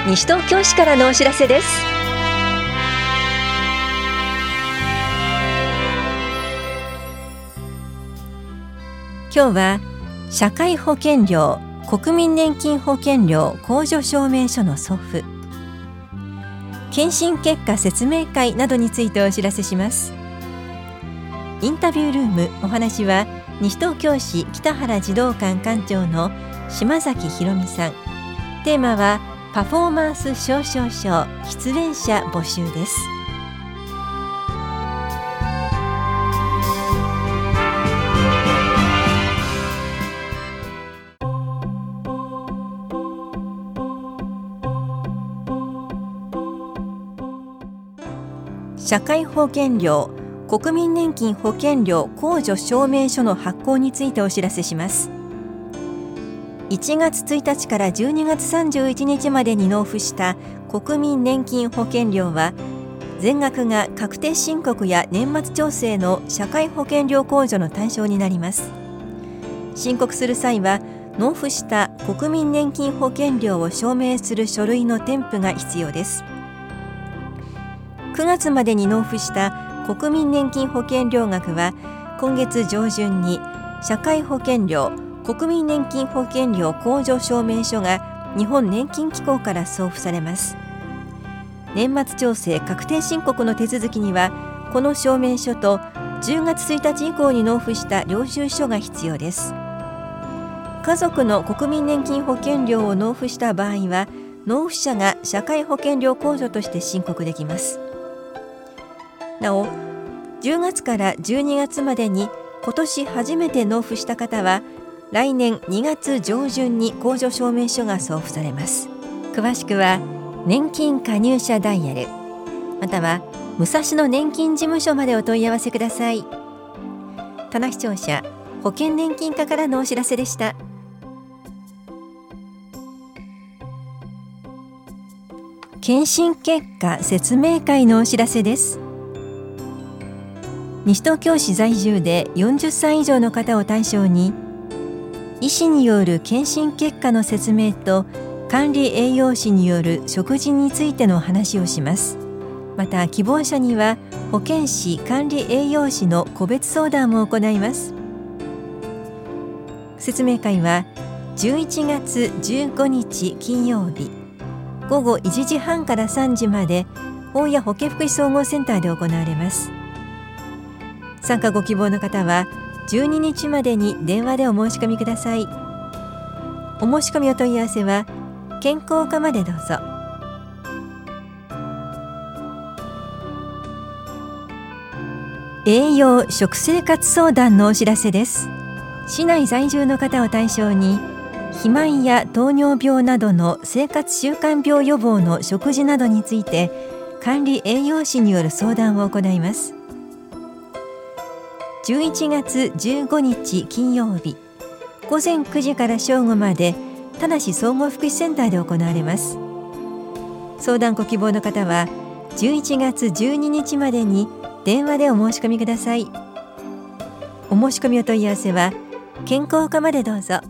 西東京市からのお知らせです。今日は社会保険料、国民年金保険料控除証明書の送付、検診結果説明会などについてお知らせします。インタビュールーム、お話は西東京市北原児童館館長の島崎ひろみさん。テーマはパフォーマンス表彰書出演者募集です。社会保険料、国民年金保険料控除証明書の発行についてお知らせします。1月1日から12月31日までに納付した国民年金保険料は、全額が確定申告や年末調整の社会保険料控除の対象になります。申告する際は、納付した国民年金保険料を証明する書類の添付が必要です。9月までに納付した国民年金保険料額は、今月上旬に社会保険料、国民年金保険料控除証明書が日本年金機構から送付されます。年末調整確定申告の手続きには、この証明書と10月1日以降に納付した領収書が必要です。家族の国民年金保険料を納付した場合は、納付者が社会保険料控除として申告できます。なお、10月から12月までに今年初めて納付した方は、来年2月上旬に控除証明書が送付されます。詳しくは年金加入者ダイヤル、または武蔵野年金事務所までお問い合わせください。棚視聴者、保険年金課からのお知らせでした。検診結果説明会のお知らせです。西東京市在住で40歳以上の方を対象に、医師による検診結果の説明と管理栄養士による食事についての話をします。また希望者には保健師、管理栄養士の個別相談も行います。説明会は11月15日金曜日午後1時半から3時まで、大谷保健福祉総合センターで行われます。参加ご希望の方は12日までに電話でお申し込みください。お申し込みお問い合わせは健康課までどうぞ。栄養食生活相談のお知らせです。市内在住の方を対象に、肥満や糖尿病などの生活習慣病予防の食事などについて、管理栄養士による相談を行います。11月15日金曜日午前9時から正午まで、田無総合福祉センターで行われます。相談ご希望の方は11月12日までに電話でお申し込みください。お申し込みお問い合わせは健康課までどうぞ。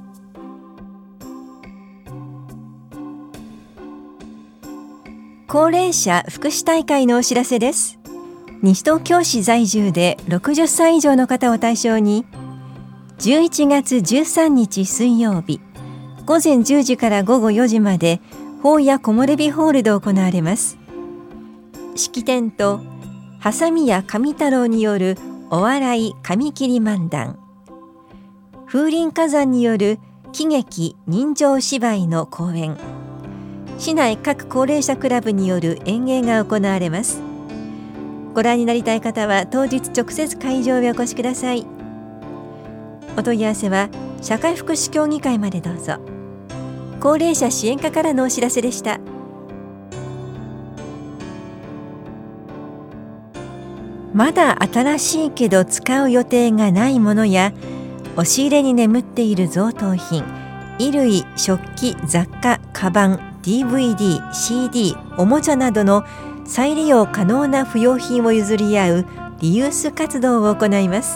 高齢者福祉大会のお知らせです。西東京市在住で60歳以上の方を対象に、11月13日水曜日午前10時から午後4時まで、宝谷木漏れ日ホールで行われます。式典とハサミや紙太郎によるお笑い紙切り漫談、風林火山による喜劇人情芝居の公演、市内各高齢者クラブによる演芸が行われます。ご覧になりたい方は当日直接会場へお越しください。お問い合わせは社会福祉協議会までどうぞ。高齢者支援課からのお知らせでした。まだ新しいけど使う予定がないものや、押し入れに眠っている贈答品、衣類、食器、雑貨、カバン、DVD、CD、おもちゃなどの再利用可能な不要品を譲り合うリユース活動を行います。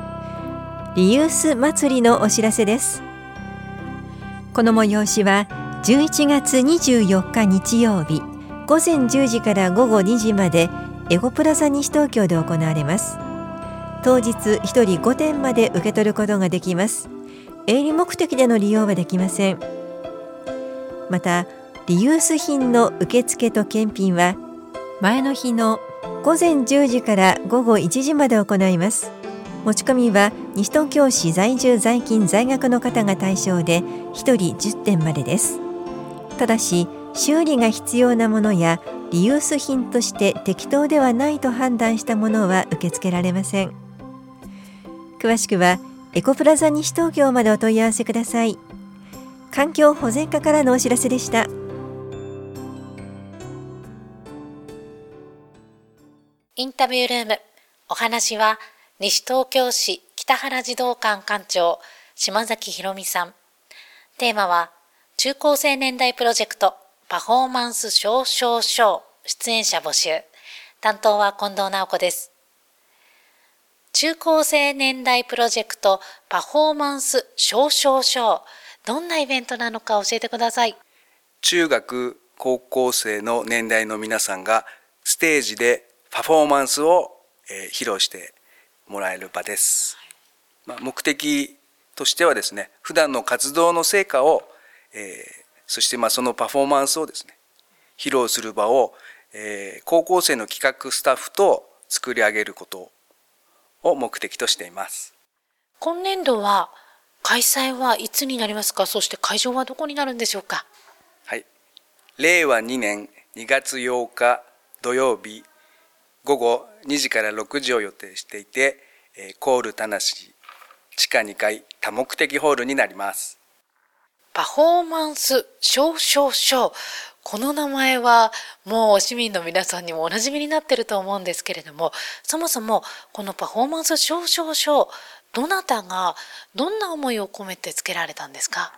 リユース祭りのお知らせです。この催しは 11月24日日曜日午前10時から午後2時までエゴプラザ西東京で行われます。当日1人5点まで受け取ることができます。営利目的での利用はできません。またリユース品の受付と検品は前の日の午前10時から午後1時まで行います。持ち込みは西東京市在住在勤在学の方が対象で1人10点までです。ただし修理が必要なものやリユース品として適当ではないと判断したものは受け付けられません。詳しくはエコプラザ西東京までお問い合わせください。環境保全課からのお知らせでした。 インタビュールーム。お話は西東京市北原児童館館長島崎ひろみさん。テーマは中高生年代プロジェクトパフォーマンス表彰書出演者募集。担当は近藤直子です。中高生年代プロジェクトパフォーマンス表彰書、どんなイベントなのか教えてください。 中学高校生の年代の皆さんがステージでパフォーマンスを披露してもらえる場です。目的としてはですね、普段の活動の成果を、そしてそのパフォーマンスをですね、披露する場を、高校生の企画スタッフと作り上げることを目的としています。 今年度は開催はいつになりますか。そして会場はどこになるんでしょうか。 はい、令和2年2月8日土曜日午後2時から6時を予定していて、コール田無地下2階多目的ホールになります。 パフォーマンス表彰書、この名前はもう市民の皆さんにもおなじみになっていると思うんですけれども、そもそもこのパフォーマンス表彰書、どなたがどんな思いを込めてつけられたんですか。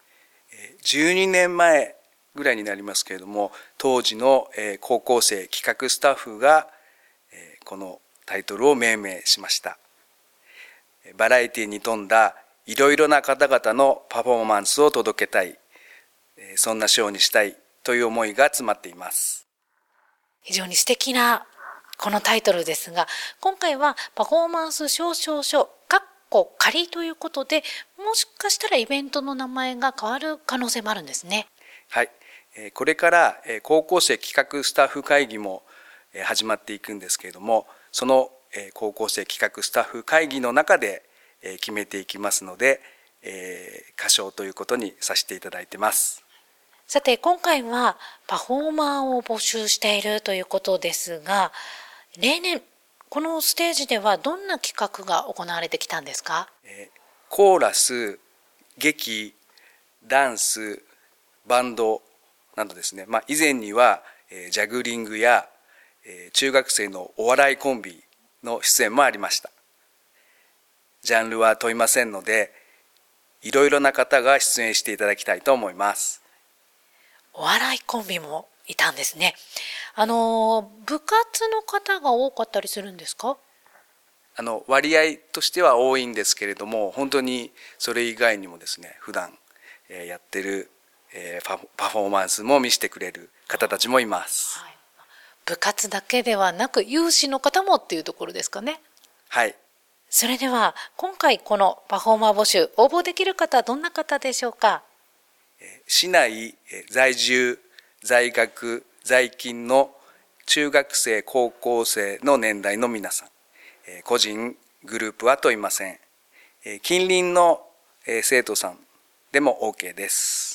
12年前ぐらいになりますけれども、当時の高校生企画スタッフがこのタイトルを命名しました。バラエティに富んだいろいろな方々のパフォーマンスを届けたい、そんな賞にしたいという思いが詰まっています。 非常に素敵なこのタイトルですが、今回はパフォーマンス表彰書仮ということで、もしかしたらイベントの名前が変わる可能性もあるんですね。 はい、これから高校生企画スタッフ会議も始まっていくんですけれども、その高校生企画スタッフ会議の中で決めていきますので、仮賞ということにさせていただいてます。 さて今回はパフォーマーを募集しているということですが、例年このステージではどんな企画が行われてきたんですか。 コーラス、劇、ダンス、バンドなどですね、以前にはジャグリングや中学生のお笑いコンビの出演もありました。ジャンルは問いませんので、いろいろな方が出演していただきたいと思います。 お笑いコンビもいたんですね。部活の方が多かったりするんですか。 割合としては多いんですけれども、本当にそれ以外にもですね、普段やってるパフォーマンスも見せてくれる方たちもいます。 はい、部活だけではなく有志の方もっていうところですかね。 はい。 それでは今回このパフォーマー募集、応募できる方はどんな方でしょうか。 市内在住在学在勤の中学生高校生の年代の皆さん、個人グループは問いません。近隣の生徒さんでも OK です。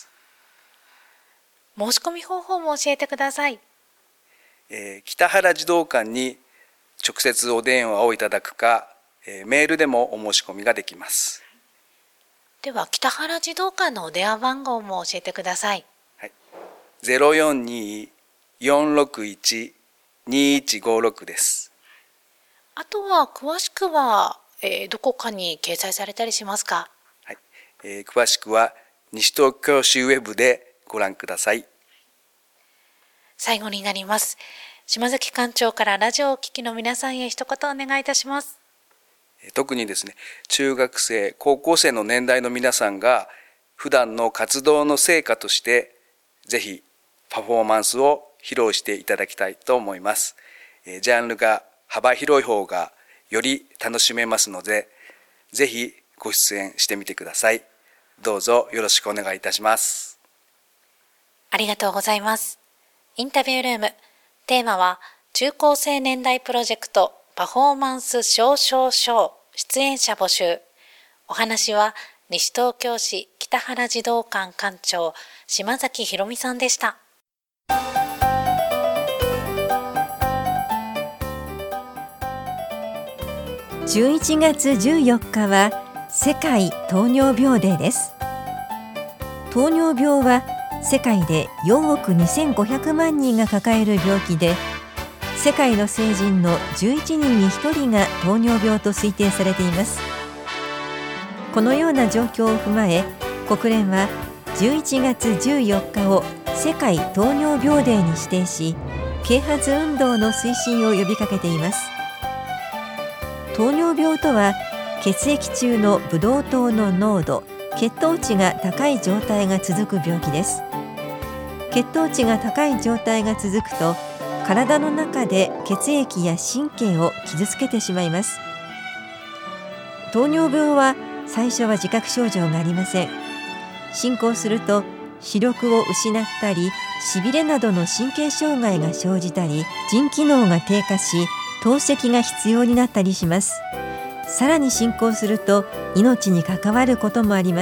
申し込み方法も教えてください。 北原児童館に直接お電話をいただくか、メールでもお申し込みができます。 では北原児童館のお電話番号も教えてください。 はい、042-461-2156 です。 あとは詳しくは、どこかに掲載されたりしますか。 はい、詳しくは西東京市ウェブでご覧ください。 最後になります。島崎館長からラジオをお聞きの皆さんへ一言お願いいたします。 特にですね、中学生高校生の年代の皆さんが普段の活動の成果としてぜひパフォーマンスを披露していただきたいと思います。ジャンルが幅広い方がより楽しめますので、ぜひご出演してみてください。どうぞよろしくお願いいたします。 ありがとうございます。インタビュールーム、テーマは中高生年代プロジェクトパフォーマンス小出演者募集。お話は西東京市北原児童館館長島崎ひろみさんでした。 11月14日は世界糖尿病デーです。糖尿病は世界で4億2500万人が抱える病気で、世界の成人の11人に1人が糖尿病と推定されています。このような状況を踏まえ、国連は11月14日を世界糖尿病デーに指定し、啓発運動の推進を呼びかけています。糖尿病とは、血液中のブドウ糖の濃度、血糖値が高い状態が続く病気です。血糖値が高い状態が続くと、体の中で血液や神経を傷つけてしまいます。糖尿病は最初は自覚症状がありません。進行すると視力を失ったり、しびれなどの神経障害が生じたり、腎機能が低下し、透析が必要になったりします。さらに進行すると命に関わることもあります。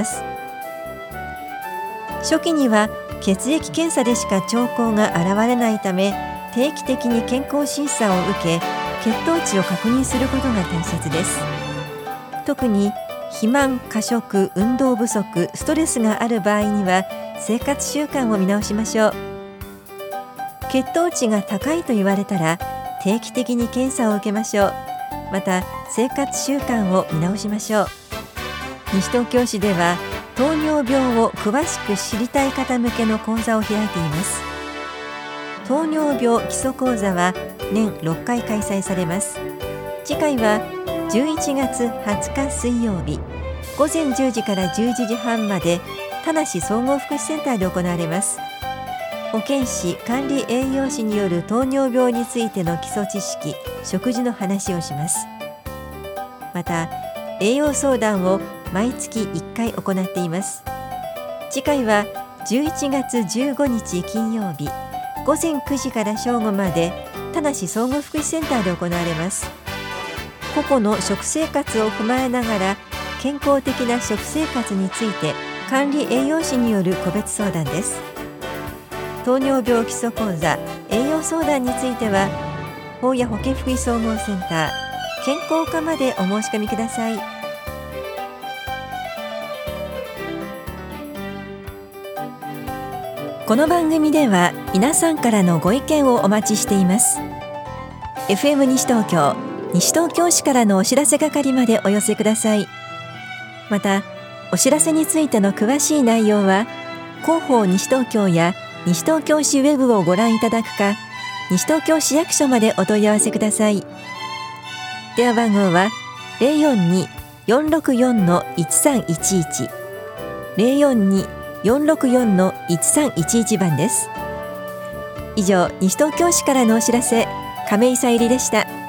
初期には血液検査でしか兆候が現れないため、定期的に健康審査を受け、血糖値を確認することが大切です。特に肥満、過食、運動不足、ストレスがある場合には生活習慣を見直しましょう。血糖値が高いと言われたら定期的に検査を受けましょう。また生活習慣を見直しましょう。西東京市では糖尿病を詳しく知りたい方向けの講座を開いています。糖尿病基礎講座は年6回開催されます。次回は11月20日水曜日、午前10時から11時半まで田無総合福祉センターで行われます。保健師、管理栄養士による糖尿病についての基礎知識、食事の話をします。また栄養相談を毎月1回行っています。次回は11月15日金曜日、午前9時から正午まで田無総合福祉センターで行われます。個々の食生活を踏まえながら健康的な食生活について管理栄養士による個別相談です。糖尿病基礎講座、栄養相談については保谷保健福祉総合センター健康課までお申し込みください。この番組では皆さんからのご意見をお待ちしています。 FM 西東京、西東京市からのお知らせ係までお寄せください。またお知らせについての詳しい内容は広報西東京や西東京市ウェブをご覧いただくか、西東京市役所までお問い合わせください。電話番号は 042-464-1311 042-464-1311 番です。以上、西東京市からのお知らせ、亀井さゆりでした。